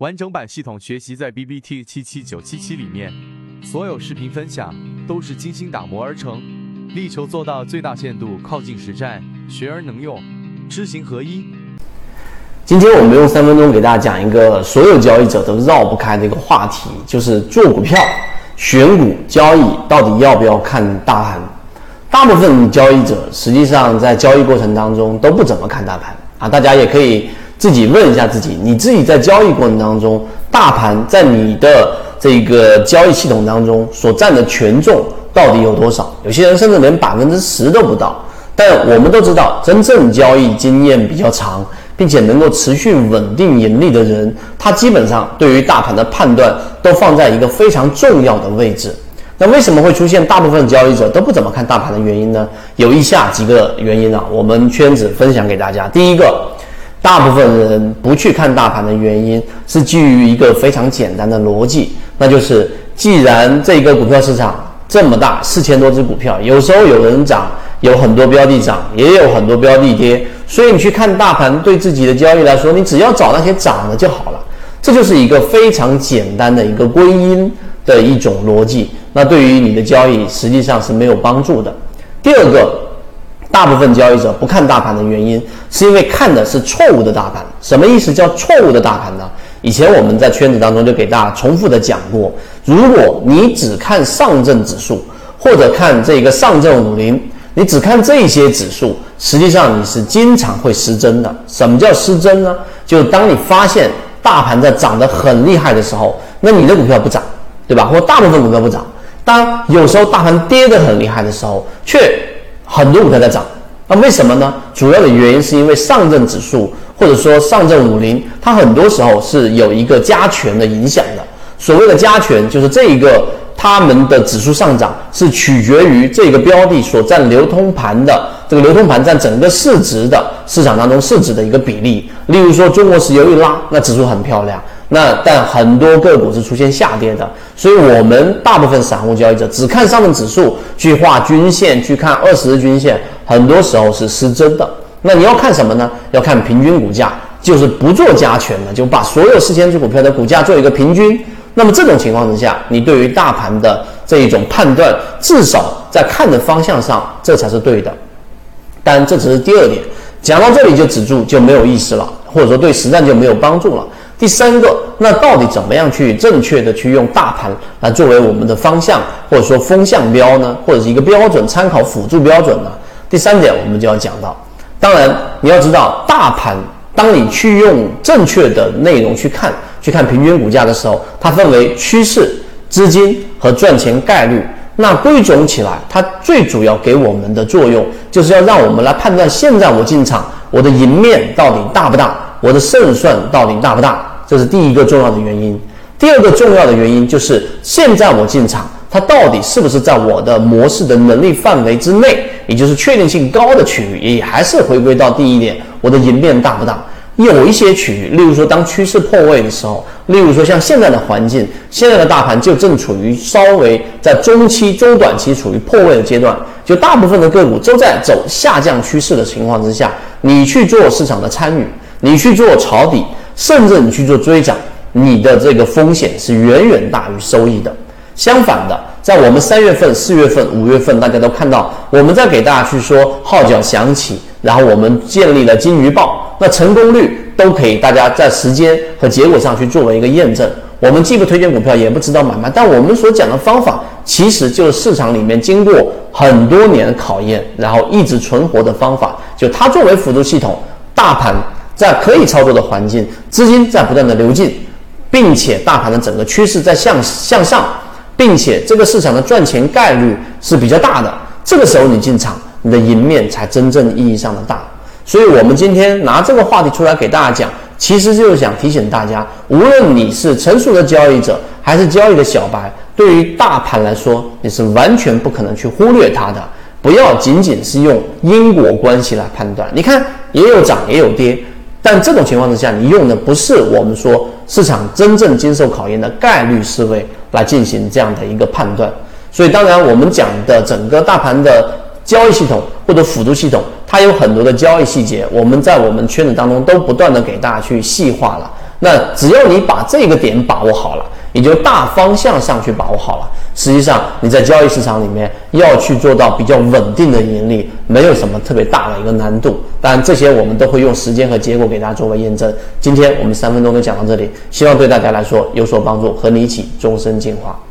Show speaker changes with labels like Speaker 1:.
Speaker 1: 完整版系统学习在 BBT77977里面，所有视频分享都是精心打磨而成，力求做到最大限度靠近实战，学而能用，知行合一。
Speaker 2: 今天我们用3分钟给大家讲一个所有交易者都绕不开的一个话题，就是做股票、选股、交易到底要不要看大盘？大部分交易者实际上在交易过程当中都不怎么看大盘啊，大家也可以自己问一下自己，你自己在交易过程当中，大盘在你的这个交易系统当中所占的权重到底有多少？有些人甚至连10%都不到。但我们都知道，真正交易经验比较长，并且能够持续稳定盈利的人，他基本上对于大盘的判断都放在一个非常重要的位置。那为什么会出现大部分交易者都不怎么看大盘的原因呢？有以下几个原因啊，我们圈子分享给大家。第一个，大部分人不去看大盘的原因是基于一个非常简单的逻辑，那就是既然这个股票市场这么大，4000多只股票，有时候有人涨，有很多标的涨，也有很多标的跌，所以你去看大盘，对自己的交易来说，你只要找那些涨的就好了。这就是一个非常简单的一个归因的一种逻辑，那对于你的交易实际上是没有帮助的。第二个，大部分交易者不看大盘的原因，是因为看的是错误的大盘。什么意思叫错误的大盘呢？以前我们在圈子当中就给大家重复的讲过，如果你只看上证指数，或者看这个上证50，你只看这些指数，实际上你是经常会失真的。什么叫失真呢？就是当你发现大盘在涨得很厉害的时候，那你的股票不涨，对吧？或大部分股票不涨。当有时候大盘跌得很厉害的时候，却很多股票在涨。那为什么呢？主要的原因是因为上证指数或者说上证50，它很多时候是有一个加权的影响的。所谓的加权，就是这一个他们的指数上涨是取决于这个标的所占流通盘的，这个流通盘占整个市值的市场当中市值的一个比例。例如说中国石油一拉，那指数很漂亮，但很多个股是出现下跌的，所以我们大部分散户交易者只看上证指数，去画均线，去看20日均线，很多时候是失真的。那你要看什么呢？要看平均股价，就是不做加权的，就把所有4000只股票的股价做一个平均。那么这种情况之下，你对于大盘的这一种判断，至少在看的方向上，这才是对的。当然这只是第二点，讲到这里就止住，就没有意思了，或者说对实战就没有帮助了。第三个，那到底怎么样去正确的去用大盘来作为我们的方向，或者说风向标呢，或者是一个标准参考辅助标准呢？第三点我们就要讲到，当然你要知道，大盘当你去用正确的内容去看平均股价的时候，它分为趋势、资金和赚钱概率。那归总起来，它最主要给我们的作用，就是要让我们来判断现在我进场，我的赢面到底大不大，我的胜算到底大不大，这是第一个重要的原因。第二个重要的原因就是现在我进场，它到底是不是在我的模式的能力范围之内，也就是确定性高的区域，也还是回归到第一点，我的赢面大不大。有一些区域，例如说当趋势破位的时候，例如说像现在的环境，现在的大盘就正处于稍微在中短期处于破位的阶段，就大部分的个股都在走下降趋势的情况之下，你去做市场的参与，你去做抄底，甚至你去做追涨，你的这个风险是远远大于收益的。相反的，在我们3月份、4月份、5月份，大家都看到我们在给大家去说号角响起，然后我们建立了金鱼报，那成功率都可以大家在时间和结果上去作为一个验证。我们既不推荐股票，也不指导买卖，但我们所讲的方法其实就是市场里面经过很多年的考验，然后一直存活的方法，就它作为辅助系统，大盘在可以操作的环境，资金在不断的流进，并且大盘的整个趋势在向上，并且这个市场的赚钱概率是比较大的，这个时候你进场，你的赢面才真正意义上的大。所以我们今天拿这个话题出来给大家讲，其实就是想提醒大家，无论你是成熟的交易者还是交易的小白，对于大盘来说，你是完全不可能去忽略它的，不要仅仅是用因果关系来判断。你看也有涨也有跌，但这种情况之下，你用的不是我们说市场真正经受考验的概率思维来进行这样的一个判断。所以当然我们讲的整个大盘的交易系统或者辅助系统，它有很多的交易细节，我们在我们圈子当中都不断的给大家去细化了。 那只要你把这个点把握好了，也就大方向上去把握好了，实际上你在交易市场里面要去做到比较稳定的盈利，没有什么特别大的一个难度。当然这些我们都会用时间和结果给大家作为验证。今天我们3分钟就讲到这里，希望对大家来说有所帮助，和你一起终身进化。